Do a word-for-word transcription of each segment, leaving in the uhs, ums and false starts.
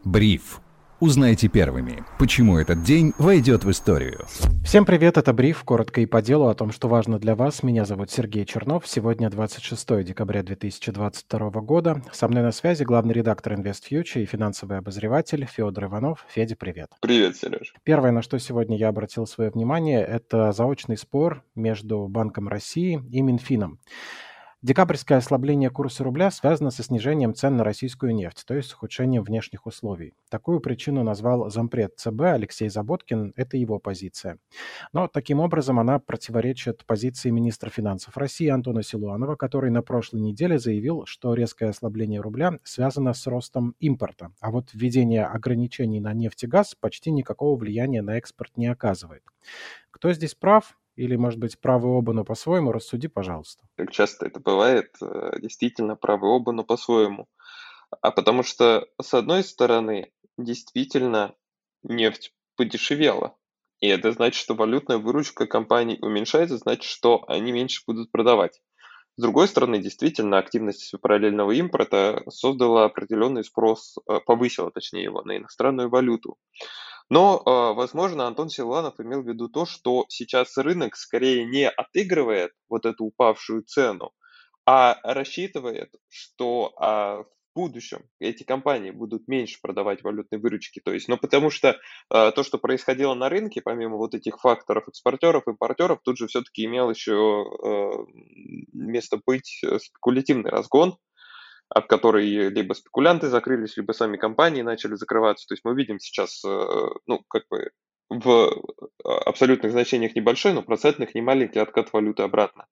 Бриф. Узнайте первыми, почему этот день войдет в историю. Всем привет, это Бриф, коротко и по делу о том, что важно для вас. Меня зовут Сергей Чернов. Сегодня двадцать шестое декабря две тысячи двадцать второго года. Со мной на связи главный редактор InvestFuture и финансовый обозреватель Федор Иванов. Федя, привет. Привет, Сереж. Первое, на что сегодня я обратил свое внимание, это заочный спор между Банком России и Минфином. Декабрьское ослабление курса рубля связано со снижением цен на российскую нефть, то есть с ухудшением внешних условий. Такую причину назвал зампред ЦБ Алексей Заботкин, это его позиция. Но таким образом она противоречит позиции министра финансов России Антона Силуанова, который на прошлой неделе заявил, что резкое ослабление рубля связано с ростом импорта, а вот введение ограничений на нефть и газ почти никакого влияния на экспорт не оказывает. Кто здесь прав? Или, может быть, правы оба, но по-своему? Рассуди, пожалуйста. Как часто это бывает, действительно правы оба, но по-своему. А потому что, с одной стороны, действительно нефть подешевела. И это значит, что валютная выручка компаний уменьшается, значит, что они меньше будут продавать. С другой стороны, действительно, активность параллельного импорта создала определенный спрос, повысила, точнее, его на иностранную валюту. Но, возможно, Антон Силуанов имел в виду то, что сейчас рынок скорее не отыгрывает вот эту упавшую цену, а рассчитывает, что а, в будущем эти компании будут меньше продавать валютной выручки. То есть, ну, потому что а, то, что происходило на рынке, помимо вот этих факторов экспортеров, импортеров, тут же все-таки имел еще а, место быть спекулятивный разгон, от которой либо спекулянты закрылись, либо сами компании начали закрываться. То есть мы видим сейчас, ну, как бы в абсолютных значениях небольшой, но процентных немаленький откат валюты обратно.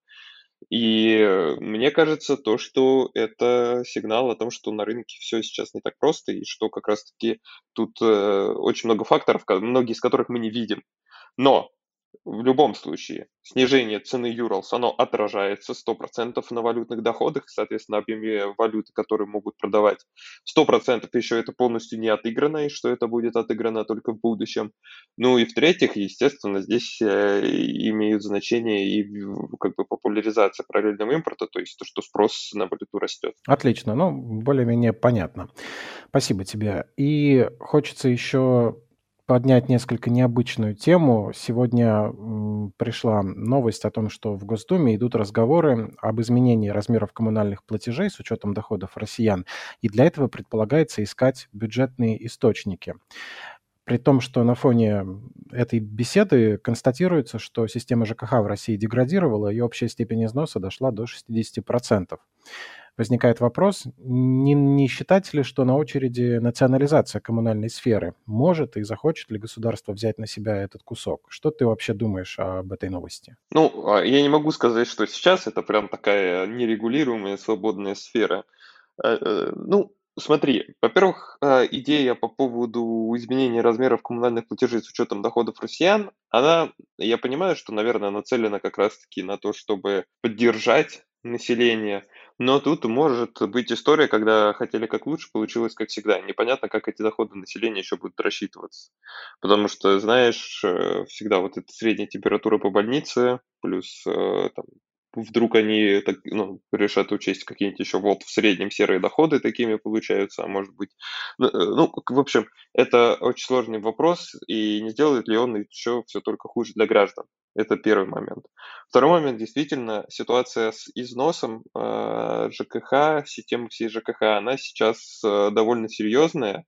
И мне кажется, то, что это сигнал о том, что на рынке все сейчас не так просто, и что как раз-таки тут очень много факторов, многие из которых мы не видим. Но в любом случае, снижение цены Юрлс, оно отражается сто процентов на валютных доходах, соответственно, объеме валюты, которые могут продавать. сто процентов еще это полностью не отыграно, и что это будет отыграно только в будущем. Ну и в-третьих, естественно, здесь э, имеют значение и как бы популяризация параллельного импорта, то есть то, что спрос на валюту растет. Отлично, ну, более-менее понятно. Спасибо тебе. И хочется еще поднять несколько необычную тему. Сегодня м, пришла новость о том, что в Госдуме идут разговоры об изменении размеров коммунальных платежей с учетом доходов россиян, и для этого предполагается искать бюджетные источники. При том, что на фоне этой беседы констатируется, что система ЖКХ в России деградировала, и общая степень износа дошла до шестьдесят процентов. Возникает вопрос, не, не считать ли, что на очереди национализация коммунальной сферы? Может и захочет ли государство взять на себя этот кусок? Что ты вообще думаешь об этой новости? Ну, а я не могу сказать, что сейчас это прям такая нерегулируемая свободная сфера. Э, э, Ну, смотри, во-первых, э, идея по поводу изменения размеров коммунальных платежей с учетом доходов россиян, она, я понимаю, что, наверное, нацелена как раз-таки на то, чтобы поддержать население, но тут может быть история, когда хотели как лучше, получилось как всегда. Непонятно, как эти доходы населения еще будут рассчитываться. Потому что, знаешь, э, всегда вот эта средняя температура по больнице, плюс э, там, вдруг они так, ну, решат учесть какие-нибудь еще вот в среднем серые доходы такими получаются, а может быть... Ну, э, ну, к- в общем, это очень сложный вопрос, и не сделает ли он еще все только хуже для граждан. Это первый момент. Второй момент, действительно, ситуация с износом э, ЖКХ, системы всей ЖКХ, она сейчас э, довольно серьезная,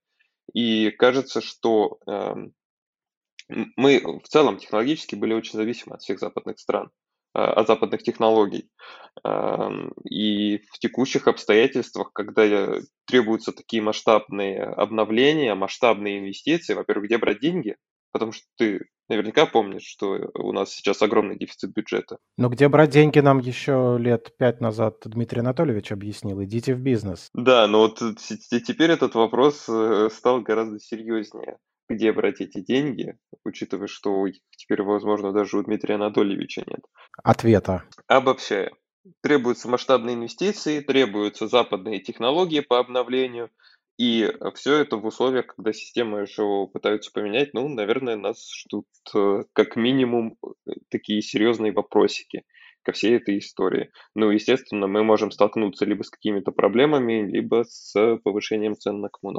и кажется, что эм, м, мы в целом технологически были очень зависимы от всех западных стран, э, от западных технологий. Ам, И в текущих обстоятельствах, когда э, требуются такие масштабные обновления, масштабные инвестиции, во-первых, где брать деньги? Потому что ты наверняка помнишь, что у нас сейчас огромный дефицит бюджета. Но где брать деньги, нам еще лет пять назад Дмитрий Анатольевич объяснил. Идите в бизнес. Да, но вот т- т- теперь этот вопрос э, стал гораздо серьезнее. Где брать эти деньги, учитывая, что их теперь, возможно, даже у Дмитрия Анатольевича нет. Ответа. Обобщая, требуются масштабные инвестиции, требуются западные технологии по обновлению, и все это в условиях, когда системы еще пытаются поменять, ну, наверное, нас ждут э, как минимум э, такие серьезные вопросики ко всей этой истории. Ну, естественно, мы можем столкнуться либо с какими-то проблемами, либо с повышением цен на коммуналку.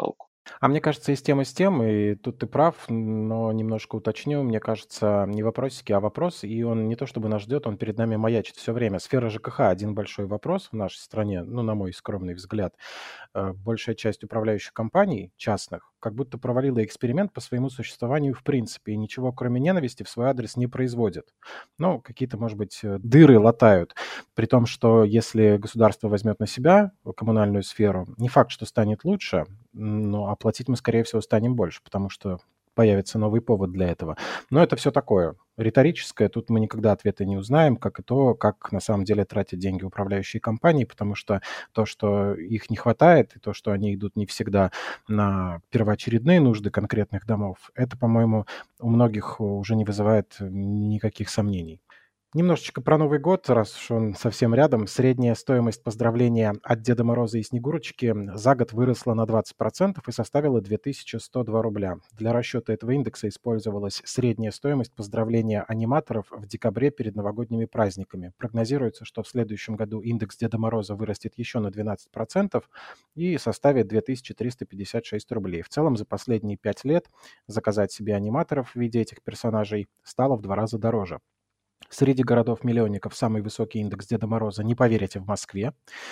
А мне кажется, и с тем, и с тем, и тут ты прав, но немножко уточню. Мне кажется, не вопросики, а вопрос, и он не то чтобы нас ждет, он перед нами маячит все время. Сфера ЖКХ– один большой вопрос в нашей стране, ну, на мой скромный взгляд. Э, Большая часть управляющих компаний частных как будто провалила эксперимент по своему существованию в принципе, и ничего кроме ненависти в свой адрес не производит. Ну, какие-то, может быть, э, дыры латают. При том, что если государство возьмет на себя коммунальную сферу, не факт, что станет лучше, но оплатить мы, скорее всего, станем больше, потому что появится новый повод для этого. Но это все такое риторическое. Тут мы никогда ответа не узнаем, как и то, как на самом деле тратят деньги управляющие компании, потому что то, что их не хватает, и то, что они идут не всегда на первоочередные нужды конкретных домов, это, по-моему, у многих уже не вызывает никаких сомнений. Немножечко про Новый год, раз уж он совсем рядом. Средняя стоимость поздравления от Деда Мороза и Снегурочки за год выросла на двадцать процентов и составила две тысячи сто два рубля. Для расчета этого индекса использовалась средняя стоимость поздравления аниматоров в декабре перед новогодними праздниками. Прогнозируется, что в следующем году индекс Деда Мороза вырастет еще на двенадцать процентов и составит две тысячи триста пятьдесят шесть рублей. В целом за последние пять лет заказать себе аниматоров в виде этих персонажей стало в два раза дороже. Среди городов-миллионников самый высокий индекс Деда Мороза, не поверите, в Москве,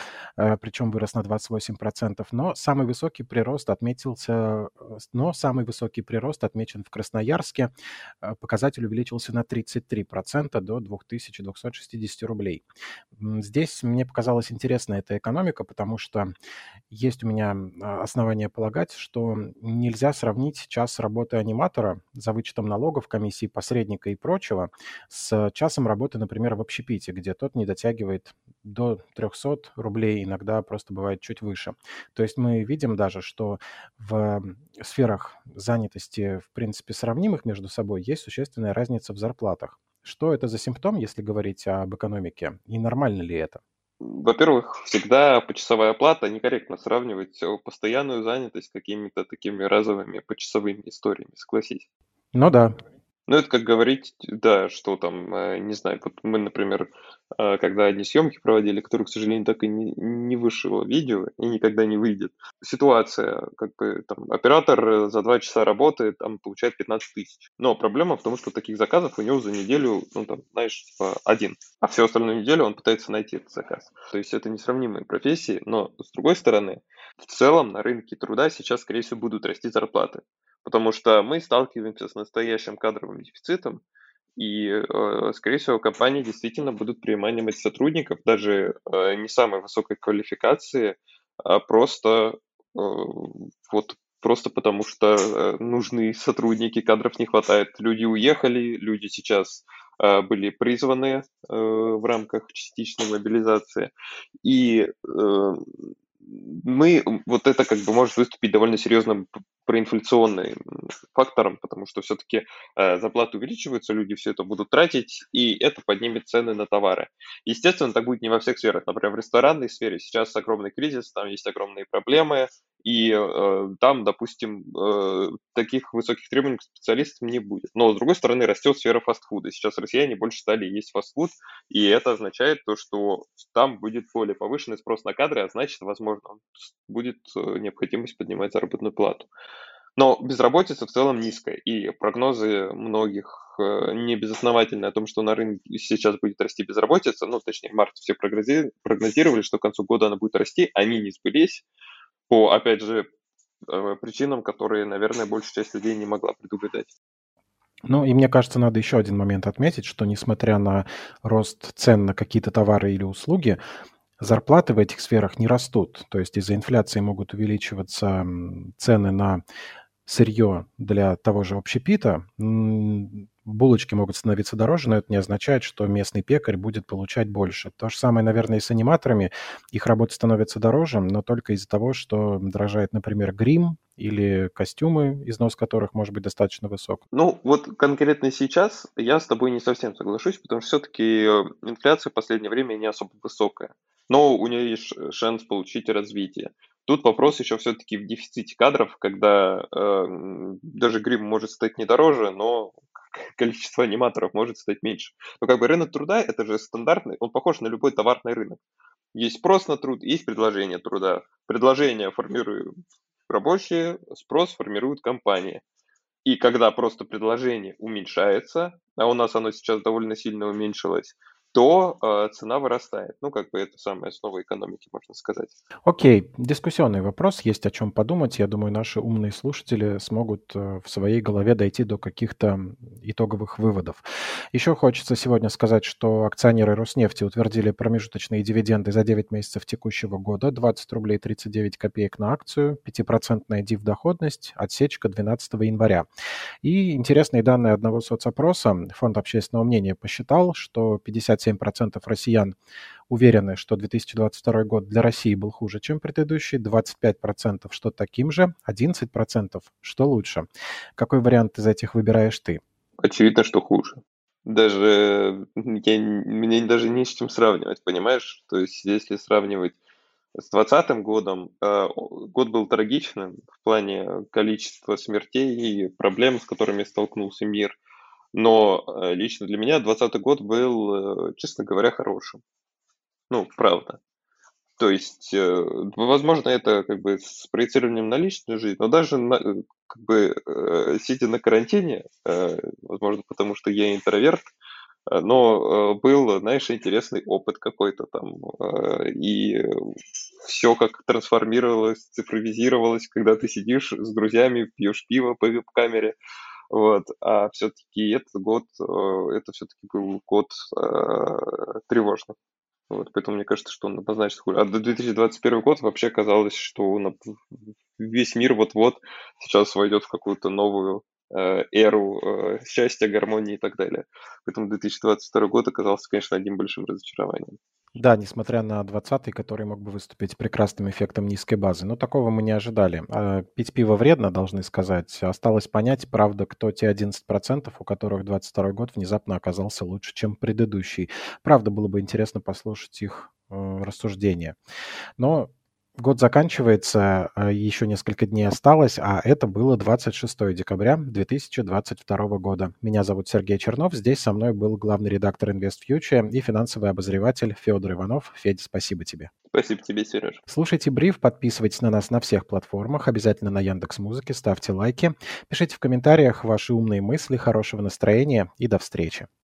э, причем вырос на двадцать восемь процентов, но самый высокий прирост отметился, э, с- но самый высокий прирост отмечен в Красноярске. Э, Показатель увеличился на тридцать три процента до две тысячи двести шестьдесят рублей. М, Здесь мне показалась интересна эта экономика, потому что есть у меня а, основания полагать, что нельзя сравнить час работы аниматора за вычетом налогов, комиссий, посредника и прочего с часом работы, например, в общепите, где тот не дотягивает до триста рублей, иногда просто бывает чуть выше. То есть мы видим даже, что в сферах занятости, в принципе, сравнимых между собой, есть существенная разница в зарплатах. Что это за симптом, если говорить об экономике, и нормально ли это? Во-первых, всегда почасовая оплата, некорректно сравнивать э, постоянную занятость с какими-то такими разовыми почасовыми историями, согласись. Ну да. Ну, это как говорить, да, что там, э, не знаю, вот мы, например, э, когда одни съемки проводили, которые, к сожалению, так и не, не вышло видео и никогда не выйдет. Ситуация, как бы там оператор э, за два часа работы там получает пятнадцать тысяч. Но проблема в том, что таких заказов у него за неделю, ну там, знаешь, типа один. А всю остальную неделю он пытается найти этот заказ. То есть это несравнимые профессии, но с другой стороны, в целом на рынке труда сейчас, скорее всего, будут расти зарплаты. Потому что мы сталкиваемся с настоящим кадровым дефицитом, и, э, скорее всего, компании действительно будут переманивать сотрудников, даже э, не самой высокой квалификации, а просто э, вот просто потому что э, нужны сотрудники, кадров не хватает. Люди уехали, люди сейчас э, были призваны э, в рамках частичной мобилизации. И э, мы, вот это как бы может выступить довольно серьезным п- проинфляционным фактором, потому что все-таки зарплаты увеличиваются, люди все это будут тратить, и это поднимет цены на товары. Естественно, так будет не во всех сферах. Например, в ресторанной сфере сейчас огромный кризис, там есть огромные проблемы, и э, там, допустим, э, таких высоких требований к специалистам не будет. Но, с другой стороны, растет сфера фастфуда. Сейчас россияне больше стали есть фастфуд, и это означает то, что там будет более повышенный спрос на кадры, а значит, возможно, будет э, необходимость поднимать заработную плату. Но безработица в целом низкая, и прогнозы многих э, не безосновательны о том, что на рынке сейчас будет расти безработица, ну, точнее, в марте все прогнози- прогнозировали, что к концу года она будет расти, они не сбылись по, опять же, э, причинам, которые, наверное, большая часть людей не могла предугадать. Ну, и мне кажется, надо еще один момент отметить, что несмотря на рост цен на какие-то товары или услуги, зарплаты в этих сферах не растут. То есть из-за инфляции могут увеличиваться м, цены на сырье для того же общепита. М, Булочки могут становиться дороже, но это не означает, что местный пекарь будет получать больше. То же самое, наверное, и с аниматорами. Их работа становится дороже, но только из-за того, что дорожает, например, грим или костюмы, износ которых может быть достаточно высок. Ну, вот конкретно сейчас я с тобой не совсем соглашусь, потому что все-таки инфляция в последнее время не особо высокая, но у нее есть ш- шанс получить развитие. Тут вопрос еще все-таки в дефиците кадров, когда э, м, даже грим может стать не дороже, но количество аниматоров может стать меньше. Но как бы рынок труда это же стандартный, он похож на любой товарный рынок. Есть спрос на труд, есть предложение труда. Предложение формирует Рабочие, спрос формируют компания. И когда просто предложение уменьшается, а у нас оно сейчас довольно сильно уменьшилось, то э, цена вырастает. Ну, как бы это самая основа экономики, можно сказать. Окей, дискуссионный вопрос, есть о чем подумать. Я думаю, наши умные слушатели смогут э, в своей голове дойти до каких-то м, итоговых выводов. Еще хочется сегодня сказать, что акционеры Роснефти утвердили промежуточные дивиденды за девять месяцев текущего года, двадцать рублей тридцать девять копеек на акцию, пятипроцентная див-доходность, отсечка двенадцатого января. И интересные данные одного соцопроса. Фонд общественного мнения посчитал, что пятьдесят семь процентов россиян уверены, что две тысячи двадцать второй год для России был хуже, чем предыдущий, двадцать пять процентов, что таким же, одиннадцать процентов, что лучше. Какой вариант из этих выбираешь ты? Очевидно, что хуже. Даже я, мне даже не с чем сравнивать, понимаешь? То есть, если сравнивать с двадцатым годом, э, год был трагичным в плане количества смертей и проблем, с которыми столкнулся мир. Но э, лично для меня двадцатый год был, э, честно говоря, хорошим. Ну, правда. То есть, э, возможно, это как бы с проецированием на личную жизнь, но даже на, э, как бы э, сидя на карантине, э, возможно, потому что я интроверт, э, но э, был, знаешь, интересный опыт какой-то там, э, и все как трансформировалось, цифровизировалось, когда ты сидишь с друзьями, пьешь пиво по веб-камере, вот, а все-таки этот год, э, это все-таки был год э, тревожный. Вот, поэтому мне кажется, что он однозначно хуже. А две тысячи двадцать первый год вообще казалось, что он, весь мир вот-вот сейчас войдет в какую-то новую э, эру э, счастья, гармонии и так далее. Поэтому две тысячи двадцать второй год оказался, конечно, одним большим разочарованием. Да, несмотря на двадцатый, который мог бы выступить прекрасным эффектом низкой базы. Но такого мы не ожидали. А пить пиво вредно, должны сказать. Осталось понять, правда, кто те одиннадцать процентов, у которых двадцать второй год внезапно оказался лучше, чем предыдущий. Правда, было бы интересно послушать их э, рассуждения. Но год заканчивается, а еще несколько дней осталось, а это было двадцать шестого декабря две тысячи двадцать второго года. Меня зовут Сергей Чернов, здесь со мной был главный редактор InvestFuture и финансовый обозреватель Федор Иванов. Федя, спасибо тебе. Спасибо тебе, Сереж. Слушайте Бриф, подписывайтесь на нас на всех платформах, обязательно на Яндекс.Музыке, ставьте лайки, пишите в комментариях ваши умные мысли, хорошего настроения и до встречи.